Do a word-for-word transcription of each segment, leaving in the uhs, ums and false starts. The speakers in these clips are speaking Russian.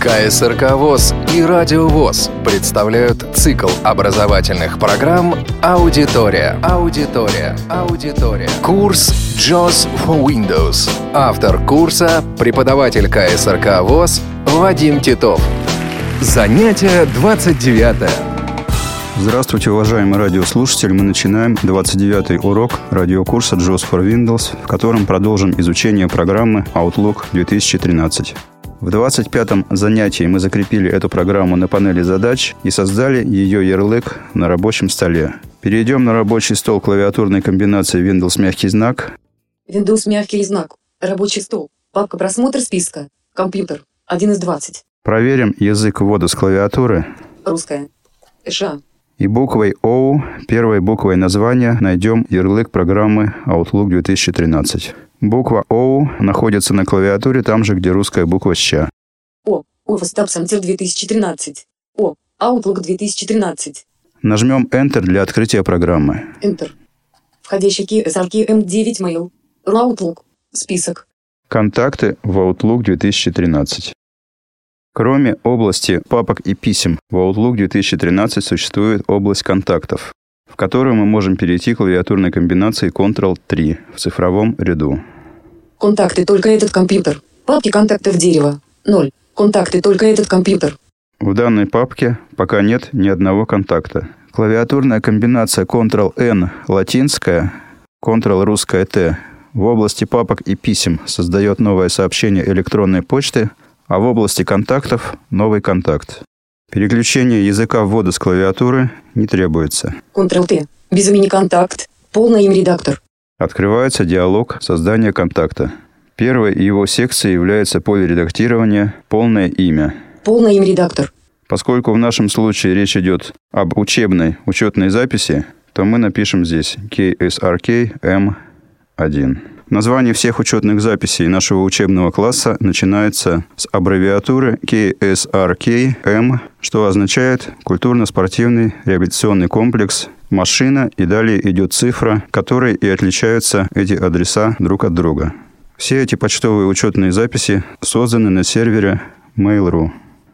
ка эс эр ка ВОС и Радио ВОС представляют цикл образовательных программ «Аудитория». Аудитория. Аудитория. Курс джоус for Windows. Автор курса – преподаватель ка эс эр ка ВОС Вадим Титов. Занятие двадцать девятое. Здравствуйте, уважаемые радиослушатели! Мы начинаем двадцать девятый урок радиокурса джоус for Windows, в котором продолжим изучение программы Outlook две тысячи тринадцать. В двадцать пятом занятии мы закрепили эту программу на панели задач и создали ее ярлык на рабочем столе. Перейдем на рабочий стол клавиатурной комбинации Windows мягкий знак. Windows мягкий знак. Рабочий стол. Папка просмотр списка. Компьютер. один из двадцати. Проверим язык ввода с клавиатуры. Русская. ША. И буквой О, первой буквой названия, найдем ярлык программы Outlook две тысячи тринадцать. Буква О находится на клавиатуре там же, где русская буква Щ. О. Office Tabs Until две тысячи тринадцать. О. Outlook две тысячи тринадцать. Нажмем Enter для открытия программы. Enter. Входящий ки эс ар кей эм девять Mail. Outlook. Список. Контакты в Outlook две тысячи тринадцать. Кроме области папок и писем, в Outlook две тысячи тринадцать существует область контактов, в которую мы можем перейти клавиатурной комбинацией контрол три в цифровом ряду. Контакты только этот компьютер. Папки контактов дерева. ноль. Контакты только этот компьютер. В данной папке пока нет ни одного контакта. Клавиатурная комбинация контрол эн латинская, контрол русская Т в области папок и писем создает новое сообщение электронной почты, а в области контактов новый контакт. Переключение языка ввода с клавиатуры не требуется. контрол Т. Без имени контакт. Полное имя редактор. Открывается диалог создания контакта. Первой его секцией является поле редактирования «Полное имя». Полное имя редактор. Поскольку в нашем случае речь идет об учебной учетной записи, то мы напишем здесь ка эс ар кей эм один. Название всех учетных записей нашего учебного класса начинается с аббревиатуры ка эс ар кей эм, что означает «Культурно-спортивный реабилитационный комплекс», «Машина», и далее идет цифра, которой и отличаются эти адреса друг от друга. Все эти почтовые учетные записи созданы на сервере Mail точка ру.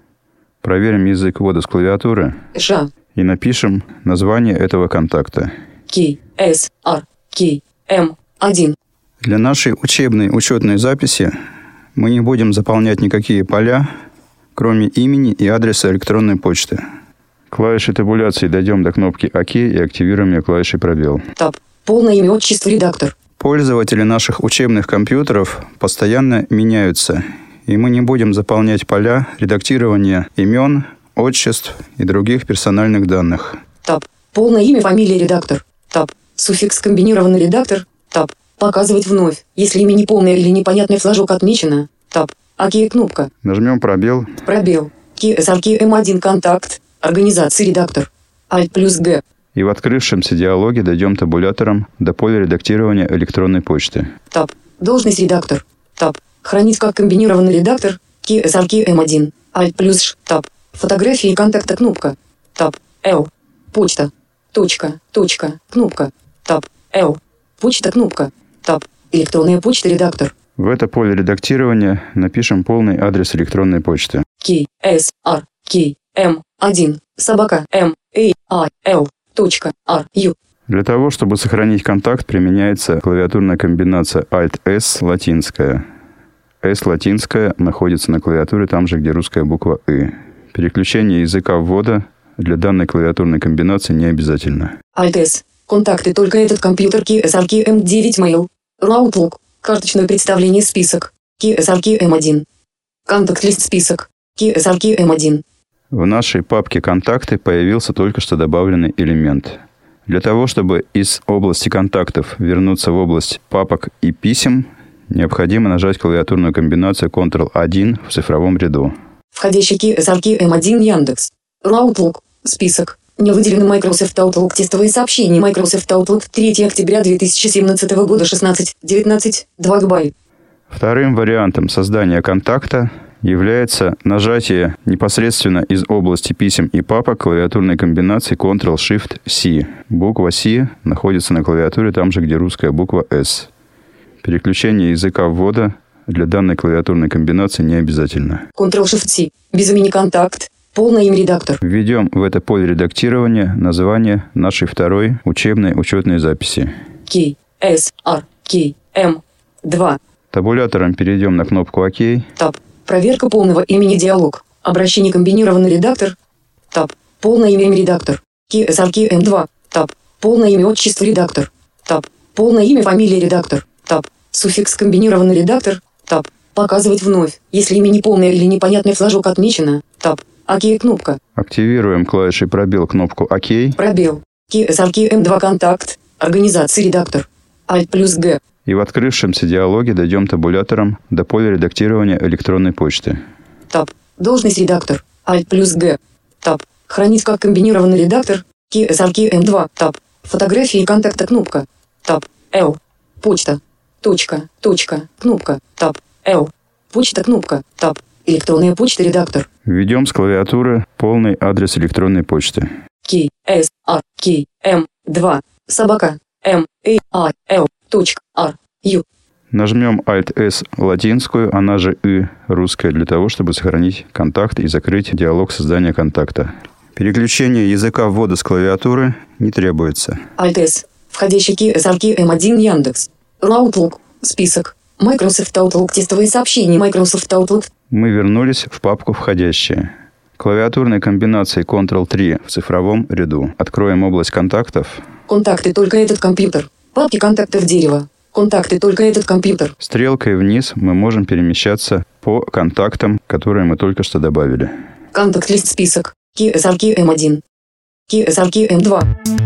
Проверим язык ввода с клавиатуры ША. и напишем название этого контакта. ка эс ар кей эм один. Для нашей учебной учетной записи мы не будем заполнять никакие поля, кроме имени и адреса электронной почты. Клавишей табуляции дойдем до кнопки ОК и активируем ее клавишей пробел. Таб. Полное имя, отчество, редактор. Пользователи наших учебных компьютеров постоянно меняются, и мы не будем заполнять поля редактирования имен, отчеств и других персональных данных. Таб. Полное имя, фамилия, редактор. Таб. Суффикс комбинированный редактор. Таб. Показывать вновь, если имя неполное или непонятный флажок отмечено. Таб. ОК кнопка. Нажмем пробел. Пробел. ка эс ар кей эм один контакт. Организация редактор. Alt плюс Г. И в открывшемся диалоге дойдем табулятором до поля редактирования электронной почты. Таб. Должность редактор. Таб. Хранить как комбинированный редактор. ка эс ар кей эм один. Alt плюс Ш. Таб. Фотографии контакта кнопка. Таб. Л. Почта. Точка. Точка. Кнопка. Таб. Л. Почта кнопка. Таб. Электронная почта редактор. В это поле редактирования напишем полный адрес электронной почты. ка эс ар кей эм один. Собака. М. А. А. Л. Точка. Р. Ю. Для того, чтобы сохранить контакт, применяется клавиатурная комбинация Alt-S латинская. S латинская находится на клавиатуре там же, где русская буква И. Переключение языка ввода для данной клавиатурной комбинации не обязательно. Alt-S. Контакты только этот компьютер ка эс ар кей эм девять Mail. Outlook. Карточное представление список. ка эс ар кей эм один. Контакт-лист список. ка эс ар кей эм один. В нашей папке «Контакты» появился только что добавленный элемент. Для того, чтобы из области контактов вернуться в область папок и писем, необходимо нажать клавиатурную комбинацию контрол один в цифровом ряду. Входящий ка эс ар кей эм один Яндекс. Outlook. Список. Не выделено Microsoft Outlook. Тестовые сообщения. Microsoft Outlook. третьего октября две тысячи семнадцатого года. шестнадцать девятнадцать. два гигабайта. Вторым вариантом создания контакта является нажатие непосредственно из области писем и папок клавиатурной комбинации контрол шифт си. Буква Си находится на клавиатуре там же, где русская буква С. Переключение языка ввода для данной клавиатурной комбинации не обязательно. Ctrl-Shift-C. Без имени контакт. Полное имя редактор. Введем в это поле редактирования название нашей второй учебной учетной записи. K, S, R, K, M, два. Табулятором перейдем на кнопку ОК. Таб. Проверка полного имени диалог. Обращение комбинированный редактор. Таб. Полное имя редактор. K S R K M два. Таб. Полное имя отчество редактор. Таб. Полное имя фамилия редактор. Таб. Суффикс комбинированный редактор. Таб. Показывать вновь. Если имя неполное или непонятный флажок отмечено. Таб. ОК кнопка. Активируем клавишей пробел кнопку ОК. Пробел. K S R K M два контакт. Организация редактор. Alt плюс Г. И в открывшемся диалоге дойдем табулятором до поля редактирования электронной почты. Таб. Должность редактор. Alt плюс Г. Таб. Хранить как комбинированный редактор. K S R K M два. Таб. Фотографии и контакта кнопка. Таб. L. Почта. Точка. Точка. Кнопка. Таб. L. Почта кнопка. Таб. Электронная почта редактор. Введем с клавиатуры полный адрес электронной почты. K S R K M два. Собака. M A I L. Точка. R. U. Нажмем Alt-S латинскую, она же И русская, для того, чтобы сохранить контакт и закрыть диалог создания контакта. Переключение языка ввода с клавиатуры не требуется. Alt-S. Входящий K S R K M один Яндекс. Outlook. Список. Microsoft Outlook. Тестовые сообщения. Microsoft Outlook. Мы вернулись в папку «Входящие». Клавиатурной комбинацией контрол три в цифровом ряду. Откроем область контактов. Контакты только этот компьютер. Папки контактов дерева. Контакты только этот компьютер. Стрелкой вниз мы можем перемещаться по контактам, которые мы только что добавили. Контакт-лист список. K S R K M один. K S R K M два.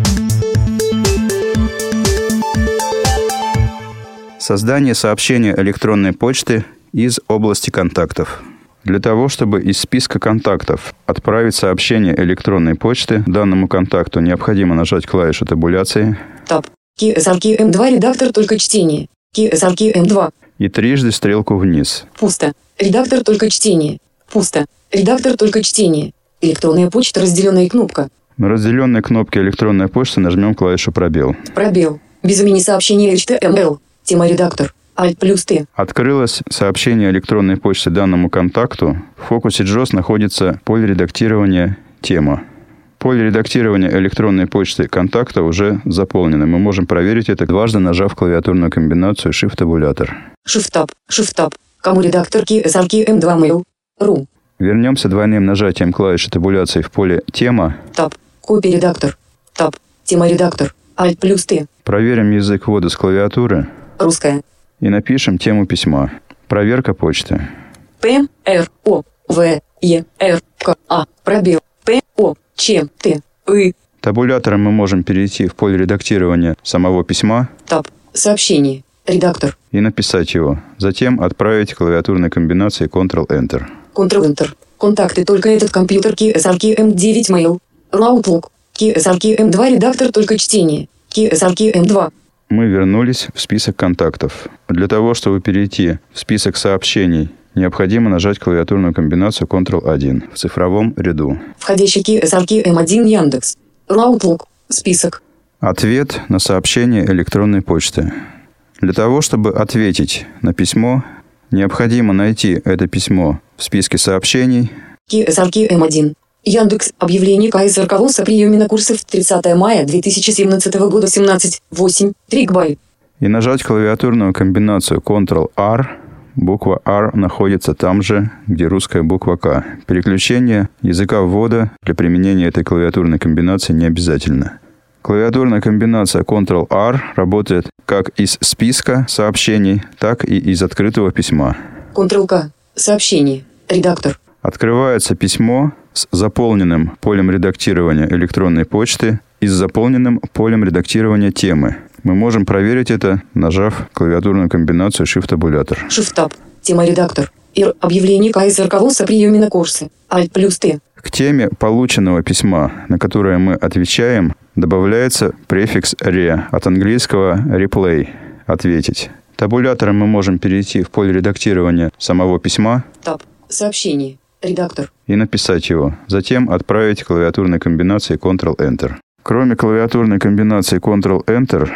Создание сообщения электронной почты из области контактов. Для того, чтобы из списка контактов отправить сообщение электронной почты данному контакту, необходимо нажать клавишу табуляции. Таб. K S R K M два редактор только чтение. K S R K M два. И трижды стрелку вниз. Пусто. Редактор только чтение. Пусто. Редактор только чтение. Электронная почта разделенная кнопка. На разделенной кнопке электронной почты нажмем клавишу пробел. Пробел. Без имени сообщения H T M L. Тема редактор. Alt плюс Т. Открылось сообщение электронной почты данному контакту. В фокусе джос находится поле редактирования «Тема». Поле редактирования электронной почты контакта уже заполнено. Мы можем проверить это, дважды нажав клавиатурную комбинацию Shift-табулятор. Shift-таб. Shift-таб. Кому редактор K S R K M два mail. Ру. Вернемся двойным нажатием клавиши табуляции в поле «Тема». Таб. Копия редактор. Таб. Тема редактор. Alt плюс Т. Проверим язык ввода с клавиатуры. Русская. И напишем тему письма. Проверка почты. П. Р. О. В. Е. Р. К. А. Пробел. П. О. Ч. Т. И. Табулятором мы можем перейти в поле редактирования самого письма. Таб. Сообщение. Редактор. И написать его. Затем отправить клавиатурной комбинацией контрол-Enter. Контрол-Enter. Контакты только этот компьютер K S R K M девять mail. Outlook. K S R K M два редактор только чтение. K S R K M два. Мы вернулись в список контактов. Для того, чтобы перейти в список сообщений, необходимо нажать клавиатурную комбинацию контрол один в цифровом ряду. Входящий K S R K M один Яндекс. Outlook. Список. Ответ на сообщение электронной почты. Для того, чтобы ответить на письмо, необходимо найти это письмо в списке сообщений. K S R K M один. Яндекс. Объявление К С Р К ВОС о приеме на курсы тридцатого мая две тысячи семнадцатого года семнадцать восемь три гигабайт. И нажать клавиатурную комбинацию контрол ар. Буква R находится там же, где русская буква К. Переключение языка ввода для применения этой клавиатурной комбинации не обязательно. Клавиатурная комбинация контрол ар работает как из списка сообщений, так и из открытого письма. контрол К. Сообщение. Редактор. Открывается письмо с заполненным полем редактирования электронной почты и с заполненным полем редактирования темы. Мы можем проверить это, нажав клавиатурную комбинацию Shift-табулятор. Shift-таб. Тема редактор. Ир. Объявление К С Р К ВОС о приеме на курсы. Alt плюс Т. К теме полученного письма, на которое мы отвечаем, добавляется префикс «ре» от английского «replay» – «ответить». Табулятором мы можем перейти в поле редактирования самого письма. Таб. Сообщение. Редактор. И написать его. Затем отправить клавиатурной комбинацией контрол-Enter. Кроме клавиатурной комбинации контрол-Enter,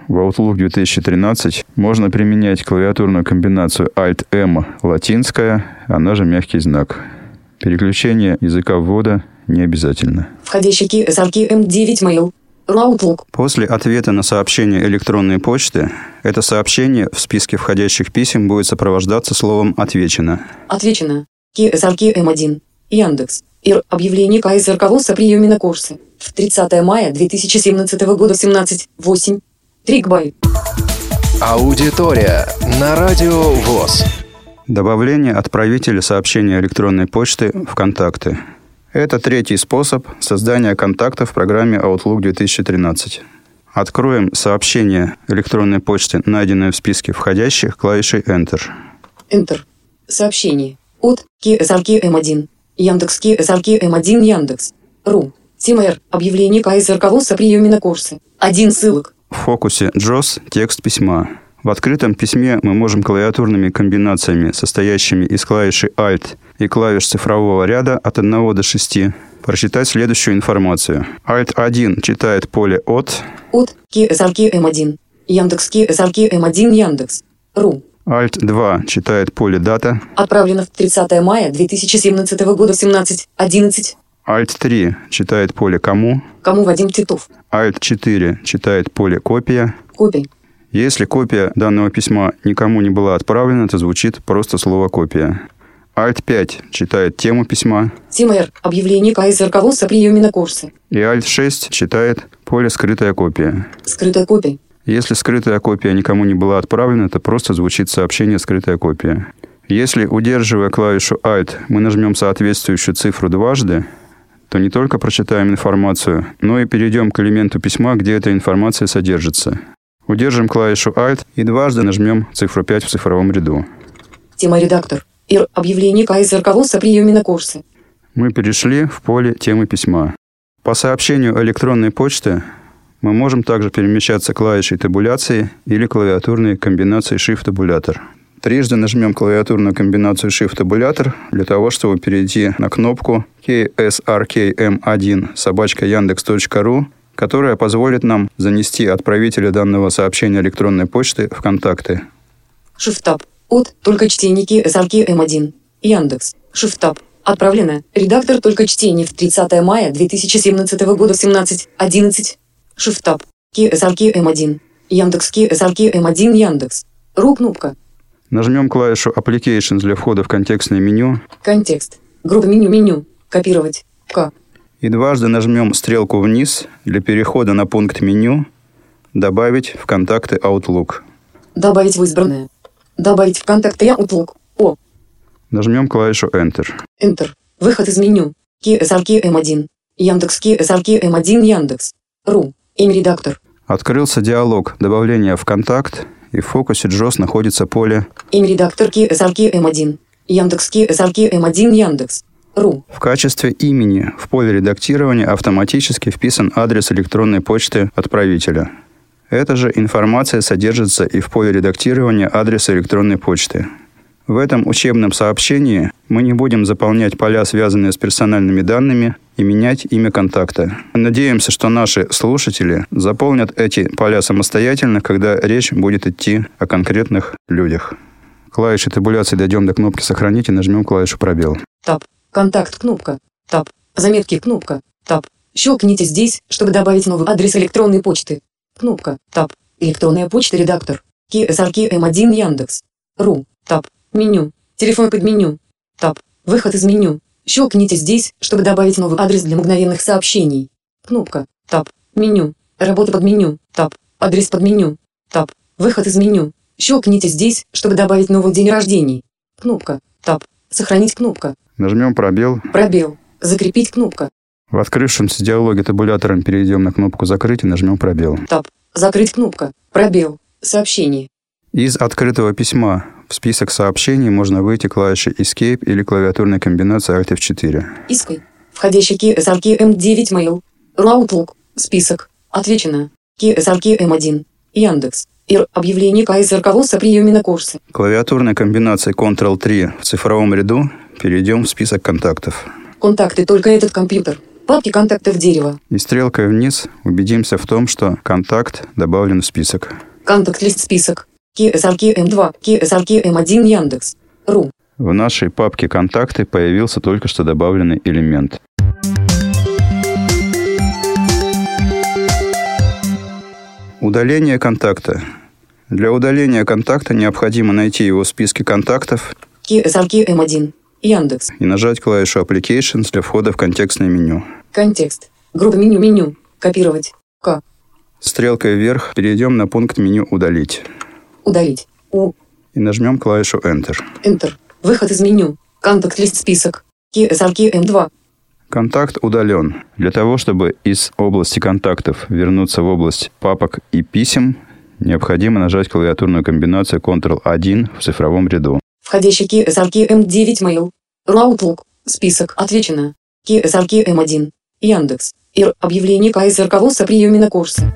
в Outlook две тысячи тринадцать можно применять клавиатурную комбинацию Alt-M латинская, она же мягкий знак. Переключение языка ввода не обязательно. Входящий ки эс ар ки эм девять Mail. Outlook. После ответа на сообщение электронной почты, это сообщение в списке входящих писем будет сопровождаться словом «отвечено». Отвечено. ки эс ар ки эм один. Яндекс. Ир. Объявление ка эс эр ка-ВОС о приеме на курсы. В тридцатое мая две тысячи семнадцатого года семнадцать восемь. Трикбай. Аудитория на Радио ВОС. Добавление отправителя сообщения электронной почты в контакты. Это третий способ создания контакта в программе Outlook две тысячи тринадцать. Откроем сообщение электронной почты, найденное в списке входящих, клавишей Enter. Enter. Сообщение. От ки эс ар ки эм один. Яндекс ки эс ар ки эм один Яндекс. Ру. Тема Р. Объявление ка эс эр ка-ВОС о приеме на курсы. Один ссылок. В фокусе джос текст письма. В открытом письме мы можем клавиатурными комбинациями, состоящими из клавиши Alt и клавиш цифрового ряда от одного до шести, прочитать следующую информацию. Alt один читает поле от. От ки эс ар ки эм один. Яндекс ки эс ар ки эм один Яндекс. Ру. Alt два читает поле дата. Отправлено в тридцатое мая две тысячи семнадцатого года семнадцать одиннадцать. Alt три читает поле кому. Кому Вадим Титов. Alt четыре читает поле копия. Копия. Если копия данного письма никому не была отправлена, то звучит просто слово «копия». Alt пять читает тему письма. Тема Р. Объявление ка эс эр ка-ВОС о приеме на курсы. И Alt шесть читает поле «скрытая копия». Скрытая копия. Если скрытая копия никому не была отправлена, то просто звучит сообщение «скрытая копия». Если, удерживая клавишу Alt, мы нажмем соответствующую цифру дважды, то не только прочитаем информацию, но и перейдем к элементу письма, где эта информация содержится. Удержим клавишу Alt и дважды нажмем цифру пять в цифровом ряду. Тема редактор. Ир. Объявление ка эс эр ка-ВОС о приеме на курсы. Мы перешли в поле темы письма. По сообщению электронной почты мы можем также перемещаться клавишей табуляции или клавиатурной комбинацией Shift-табулятор. Трижды нажмем клавиатурную комбинацию Shift-табулятор для того, чтобы перейти на кнопку кей эс ар кей эм один собака яндекс точка ру, которая позволит нам занести отправителя данного сообщения электронной почты в контакты. Shift-таб. От. Только чтение ки эс ар ки эм один. Яндекс. Shift-таб. Отправлено. Редактор только чтение в тридцатое мая две тысячи семнадцатого года семнадцать одиннадцать. Shift-таб. ки эс ар ки эм один. Яндекс ки эс ар ки эм один Яндекс. Ру кнопка. Нажмем клавишу Applications для входа в контекстное меню. Контекст. Группа меню меню. Копировать. К. И дважды нажмем стрелку вниз для перехода на пункт меню «Добавить в контакты Outlook». Добавить в избранное. Добавить в контакты Outlook. О. Нажмем клавишу Enter. Enter. Выход из меню. ки эс ар ки эм один. Яндекс ки эс ар ки эм один Яндекс. Ру. Имя редактор. Открылся диалог добавления в контакт, и в фокусе джос находится поле Имя редактор ки эс ар ки эм один. Яндекс ки эс ар ки эм один Яндекс. Ру. В качестве имени в поле редактирования автоматически вписан адрес электронной почты отправителя. Эта же информация содержится и в поле редактирования адреса электронной почты. В этом учебном сообщении мы не будем заполнять поля, связанные с персональными данными, и менять имя контакта. Надеемся, что наши слушатели заполнят эти поля самостоятельно, когда речь будет идти о конкретных людях. Клавишей табуляции дойдем до кнопки «Сохранить» и нажмем клавишу «Пробел». Таб. Контакт кнопка. Таб. Заметки кнопка. Таб. Щелкните здесь, чтобы добавить новый адрес электронной почты. Кнопка. Таб. Электронная почта редактор. ки эс ар ки эм один Яндекс. Ру. Таб. Меню. Телефон под меню. Таб. Выход из меню. Щелкните здесь, чтобы добавить новый адрес для мгновенных сообщений. Кнопка. Таб. Меню. Работа под меню. Таб. Адрес под меню. Таб. Выход из меню. Щелкните здесь, чтобы добавить новый день рождения. Кнопка. Таб. Сохранить кнопка. Нажмем «Пробел». Пробел. Закрепить кнопка. В открывшемся диалоге табулятором перейдем на кнопку «Закрыть» и нажмем «Пробел». Таб. Закрыть кнопка. Пробел. Сообщение. Из открытого письма в список сообщений можно выйти клавишей Escape или клавиатурной комбинацией Alt эф четыре. Искай. Входящий ки эс ар ки эм девять Mail. Outlook. Список. Отвечено. ки эс ар ки эм один. Яндекс. Ир. Объявление ка эс эр ка-ВОС о приеме на курсы. Клавиатурной комбинацией контрол три в цифровом ряду перейдем в список контактов. Контакты только этот компьютер. Папки контактов дерева. И стрелкой вниз убедимся в том, что контакт добавлен в список. Контакт-лист список. ки эс ар ки эм два, ки эс ар ки эм один Яндекс. Ру. В нашей папке «Контакты» появился только что добавленный элемент. Удаление контакта. Для удаления контакта необходимо найти его в списке контактов ки эс ар ки эм один Яндекс. и нажать клавишу Applications для входа в контекстное меню. Контекст. Группа меню меню. Копировать. К. Стрелкой вверх перейдем на пункт меню «Удалить» Удалить. У. и нажмем клавишу Enter. Enter. Выход из меню. Контакт-лист список. ки эс ар ки эм два. Контакт удален. Для того, чтобы из области контактов вернуться в область папок и писем, необходимо нажать клавиатурную комбинацию контрол один в цифровом ряду. Входящий ки эс ар ки эм девять Mail. Outlook. Список. Отвечено. ки эс ар ки эм один. Яндекс. Ир. Объявление ка эс эр руководства о приеме на курсы.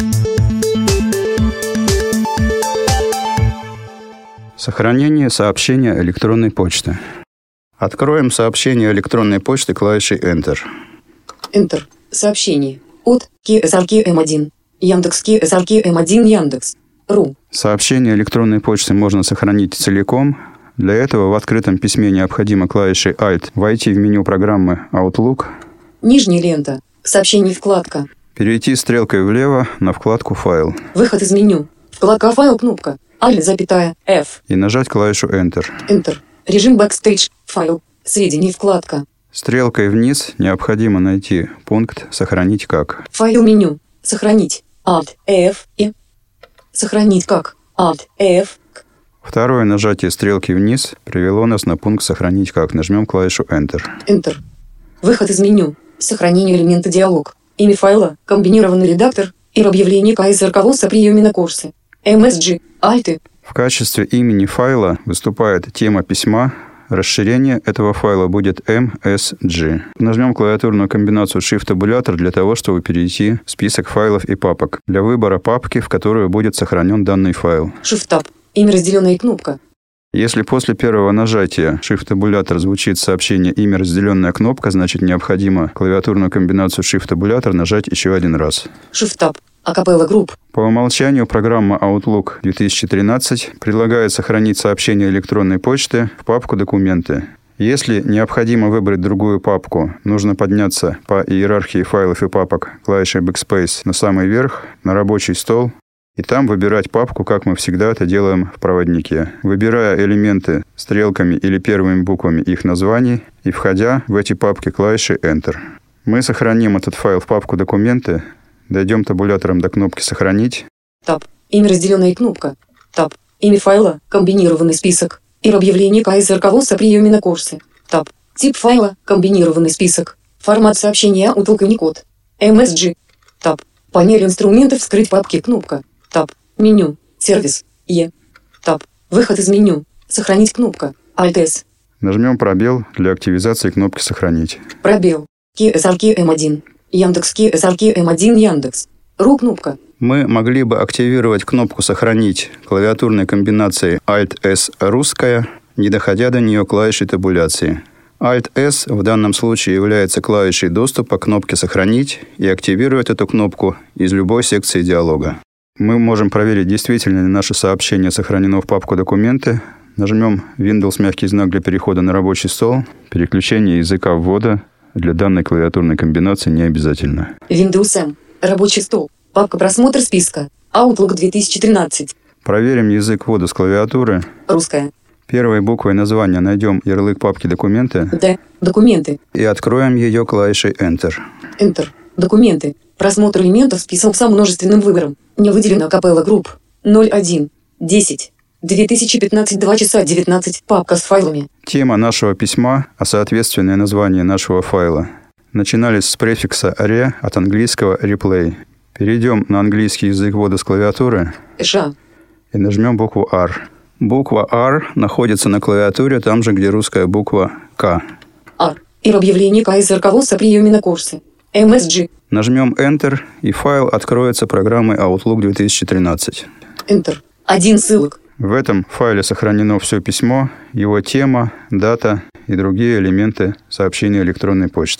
Сохранение сообщения электронной почты. Откроем сообщение электронной почты клавишей Enter. Enter. Сообщение. От ки эс ар ки эм один. Яндекс ки эс ар ки эм один Яндекс. Ру. Сообщение электронной почты можно сохранить целиком. Для этого в открытом письме необходимо клавишей Alt войти в меню программы Outlook. Нижняя лента. Сообщение вкладка. Перейти стрелкой влево на вкладку «Файл» Выход из меню. Вкладка «Файл» кнопка. Alt, запятая, F. и нажать клавишу Enter. Enter. Режим Backstage. Файл. Сведения вкладка. Стрелкой вниз необходимо найти пункт «Сохранить как». Файл меню. Сохранить. Alt, F и. Сохранить как. Alt, F. Второе нажатие стрелки вниз привело нас на пункт «Сохранить как». Нажмем клавишу Enter. Enter. Выход из меню. Сохранение элемента диалог. Имя файла. Комбинированный редактор. И объявление ка эс эр руководства о приеме на курсы. эм эс джи. Альты. В качестве имени файла выступает тема письма. Расширение этого файла будет эм эс джи. Нажмем клавиатурную комбинацию Shift-табулятор для того, чтобы перейти в список файлов и папок. Для выбора папки, в которую будет сохранен данный файл. Shift-таб. Имя разделенная кнопка. Если после первого нажатия Shift-табулятор звучит сообщение «Имя разделенная кнопка», значит необходимо клавиатурную комбинацию Shift-табулятор нажать еще один раз. Shift-таб. Акапелла групп. По умолчанию программа Outlook две тысячи тринадцать предлагает сохранить сообщение электронной почты в папку «Документы». Если необходимо выбрать другую папку, нужно подняться по иерархии файлов и папок клавишей Backspace на самый верх, на рабочий стол, и там выбирать папку, как мы всегда это делаем в проводнике, выбирая элементы стрелками или первыми буквами их названий и входя в эти папки клавишей Enter. Мы сохраним этот файл в папку «Документы», дойдем табулятором до кнопки «Сохранить». Таб. Имя разделенная кнопка. Таб. Имя файла. Комбинированный список. И объявление ка эс эр руководства о приеме на курсы. Таб. Тип файла. Комбинированный список. Формат сообщения Outlook Unicode. эм эс джи. Таб. Панель инструментов «Вскрыть папки» кнопка. Таб. Меню. Сервис. Е. Таб. Выход из меню. Сохранить кнопка. Alt-S. Нажмем пробел для активизации кнопки «Сохранить». Пробел. ки эс ар ки эм один. Яндекс ки эс ар ки эм один Яндекс. Ру кнопка. Мы могли бы активировать кнопку «Сохранить» клавиатурной комбинацией Alt-S русская, не доходя до нее клавишей табуляции. Alt-S в данном случае является клавишей доступа к кнопке «Сохранить» и активирует эту кнопку из любой секции диалога. Мы можем проверить, действительно ли наше сообщение сохранено в папку «Документы». Нажмем Windows мягкий знак для перехода на рабочий стол. Переключение языка ввода для данной клавиатурной комбинации не обязательно. Windows M. Рабочий стол. Папка «Просмотр списка». Outlook две тысячи тринадцать. Проверим язык ввода с клавиатуры. Русская. Первой буквой названия найдем ярлык папки «Документы». Д. Документы. И откроем ее клавишей Enter. Enter. Документы. Просмотр элементов список со множественным выбором. Не выделено капелла групп. ноль один. десять. две тысячи пятнадцать. два часа девятнадцать. Папка с файлами. Тема нашего письма, а соответственное название нашего файла, начинались с префикса re от английского replay. Перейдем на английский язык ввода с клавиатуры Ш. и нажмем букву R. Буква R находится на клавиатуре там же, где русская буква К. R. И объявление ка эс эр руководства о приеме на курсы. эм эс джи. Нажмем Enter, и файл откроется программой Outlook две тысячи тринадцать. Enter. Один ссылок. В этом файле сохранено все письмо, его тема, дата и другие элементы сообщения электронной почты.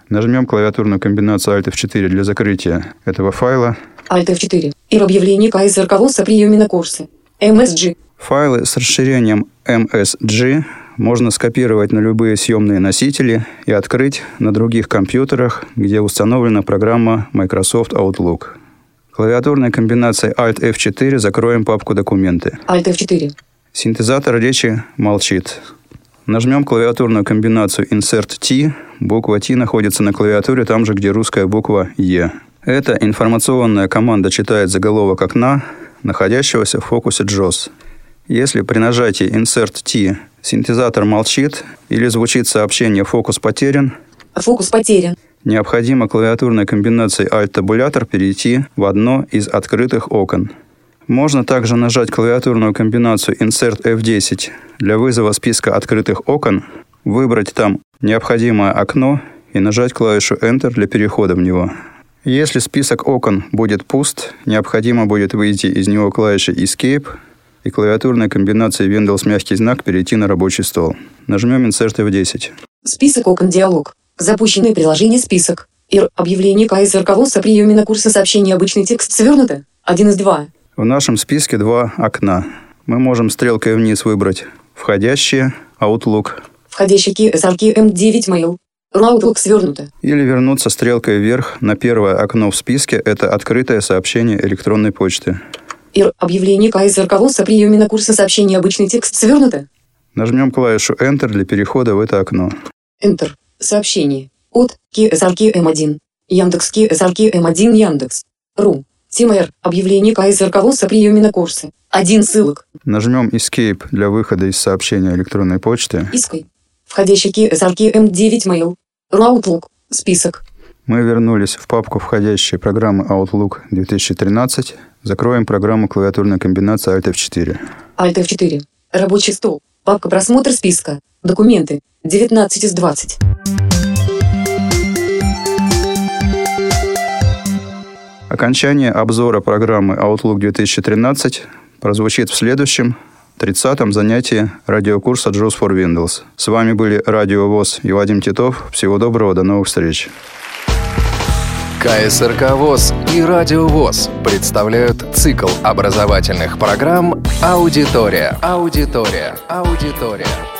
Нажмем клавиатурную комбинацию Alt эф четыре для закрытия этого файла. Alt эф четыре. И объявление ка эс эр ка-ВОС о приеме на курсы. эм эс джи. Файлы с расширением эм эс джи можно скопировать на любые съемные носители и открыть на других компьютерах, где установлена программа Microsoft Outlook. Клавиатурной комбинацией Alt эф четыре закроем папку «Документы». Alt эф четыре. Синтезатор речи молчит. Нажмем клавиатурную комбинацию Insert T. Буква T находится на клавиатуре там же, где русская буква E. Эта информационная команда читает заголовок окна, находящегося в фокусе джос. Если при нажатии Insert T синтезатор молчит или звучит сообщение «Фокус потерян», Фокус потерян. необходимо клавиатурной комбинацией Alt-табулятор перейти в одно из открытых окон. Можно также нажать клавиатурную комбинацию Insert эф десять для вызова списка открытых окон, выбрать там необходимое окно и нажать клавишу Enter для перехода в него. Если список окон будет пуст, необходимо будет выйти из него клавишей Escape и клавиатурной комбинацией Windows мягкий знак перейти на рабочий стол. Нажмем Insert эф десять. Список окон диалог. Запущенное приложение список. ИР. Объявление ка эс эр ка-ВОС о приеме на курсы сообщения обычный текст свернуто. один из два. В нашем списке два окна. Мы можем стрелкой вниз выбрать входящие, Outlook. Входящий ка эс эр ка эм девять Mail. Outlook свернуто. Или вернуться стрелкой вверх на первое окно в списке. Это открытое сообщение электронной почты. ИР. Объявление ка эс эр ка-ВОС о приеме на курсы сообщения обычный текст свернуто. Нажмем клавишу Enter для перехода в это окно. Enter. Сообщение. От ка эс эр ка эм один. Яндекс ка эс эр ка эм один Яндекс. Ру. ТимР. Объявление ка эс эр ка-ВОС о приеме на курсы. Один ссылок. Нажмем Escape для выхода из сообщения электронной почты. Искай. Входящий ка эс эр ка эм девять Mail. Outlook. Список. Мы вернулись в папку входящие программы Outlook две тысячи тринадцать. Закроем программу клавиатурной комбинации Alt эф четыре. Alt эф четыре. Рабочий стол. Папка просмотр списка. Документы. девятнадцать из двадцати. Окончание обзора программы Outlook две тысячи тринадцать прозвучит в следующем, тридцатом занятии радиокурса джос for Windows. С вами были Радио ВОС и Вадим Титов. Всего доброго, до новых встреч. ка эс эр ка ВОС и Радио ВОС представляют цикл образовательных программ «Аудитория». Аудитория. Аудитория.